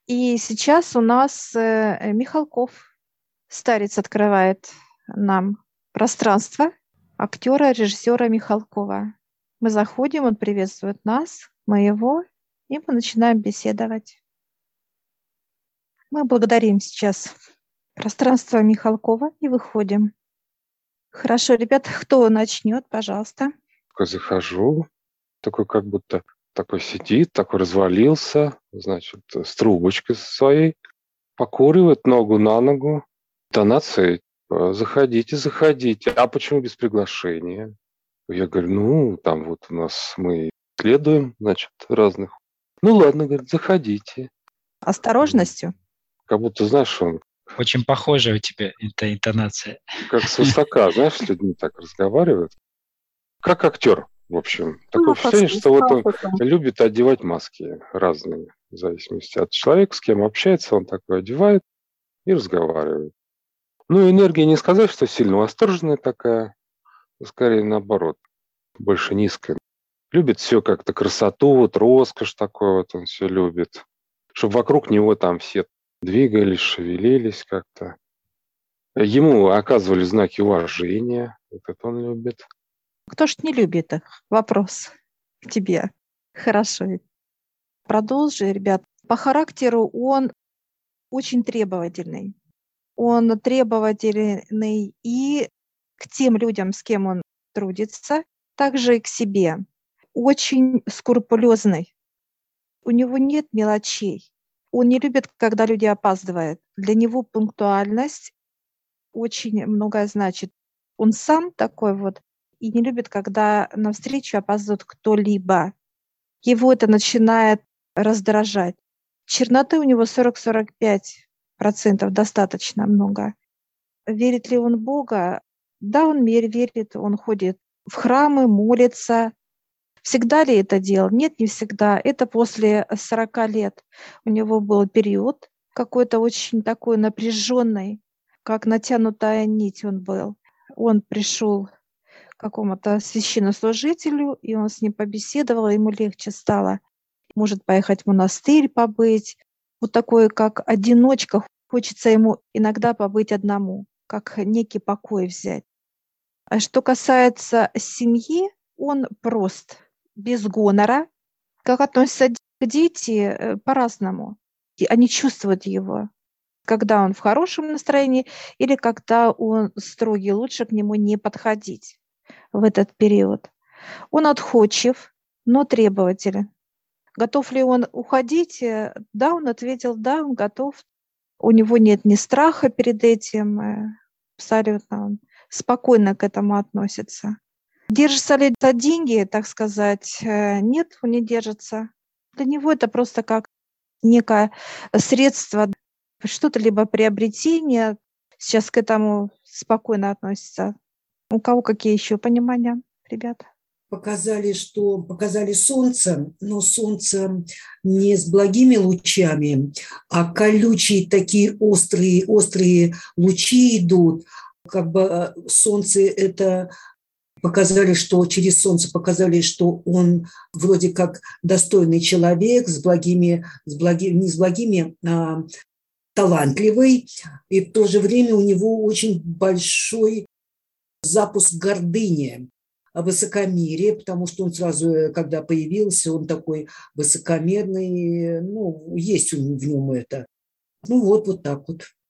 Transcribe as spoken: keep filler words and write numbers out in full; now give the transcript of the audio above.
И сейчас у нас э, Михалков, старец, открывает нам пространство актера, режиссера Михалкова. Мы заходим, он приветствует нас, мы его, и мы начинаем беседовать. Мы благодарим сейчас пространство Михалкова и выходим. Хорошо, ребята, кто начнет, пожалуйста? Такой захожу, такой как будто такой сидит, такой развалился, значит, с трубочкой своей, покуривает ногу на ногу, тонация: заходите, заходите. А почему без приглашения? Я говорю, ну, там вот у нас мы исследуем, значит, разных. Ну ладно, говорит, заходите. Осторожностью. Как будто, знаешь, он Очень похожая у тебя эта интонация. как свысока, знаешь, с людьми так разговаривает. Как актер, в общем. Такое впечатление, что вот он любит одевать маски разные, в зависимости от человека, с кем общается, он такой одевает и разговаривает. Ну, энергия не сказать, что сильно восторженная такая, скорее наоборот, больше низкая. Любит все как-то красоту, вот роскошь такой вот он все любит. Чтобы вокруг него там все двигались, шевелились как-то. Ему оказывали знаки уважения, вот это он любит. Кто ж не любит их? Вопрос к тебе. Хорошо. Продолжи, ребят. По характеру он очень требовательный. Он требовательный и к тем людям, с кем он трудится, также и к себе. Очень скрупулезный. У него нет мелочей. Он не любит, когда люди опаздывают. Для него пунктуальность очень многое значит. Он сам такой вот и не любит, когда на встречу опаздывает кто-либо. Его это начинает раздражать. Черноты у него сорок-сорок пять процентов, достаточно много. Верит ли он в Бога? Да, он верит, он ходит в храмы, молится. Всегда ли это делал? Нет, не всегда. Это после сорока лет. У него был период какой-то очень такой напряженный, как натянутая нить он был. Он пришел к какому-то священнослужителю, и он с ним побеседовал, ему легче стало. Может поехать в монастырь побыть. Вот такой, как одиночка. Хочется ему иногда побыть одному, как некий покой взять. А что касается семьи, он прост, без гонора. Как относятся к дети, по-разному. Они чувствуют его, когда он в хорошем настроении или когда он строгий, лучше к нему не подходить в этот период. Он отходчив, но требователен. Готов ли он уходить? Да, он ответил, да, он готов. У него нет ни страха перед этим, абсолютно он спокойно к этому относится. Держится ли за деньги, так сказать? Нет, он не держится. Для него это просто как некое средство, что-то либо приобретение. Сейчас к этому спокойно относится. У кого какие еще понимания, ребята? Показали, что показали солнце, но солнце не с благими лучами, а колючие такие острые, острые лучи идут. Как бы солнце это показали, что через солнце показали, что он вроде как достойный человек, с благими, с благими, не с благими, а талантливый, и в то же время у него очень большой запуск гордыни, высокомерие, потому что он сразу, когда появился, он такой высокомерный, ну, есть в нем это. Ну вот, вот так вот.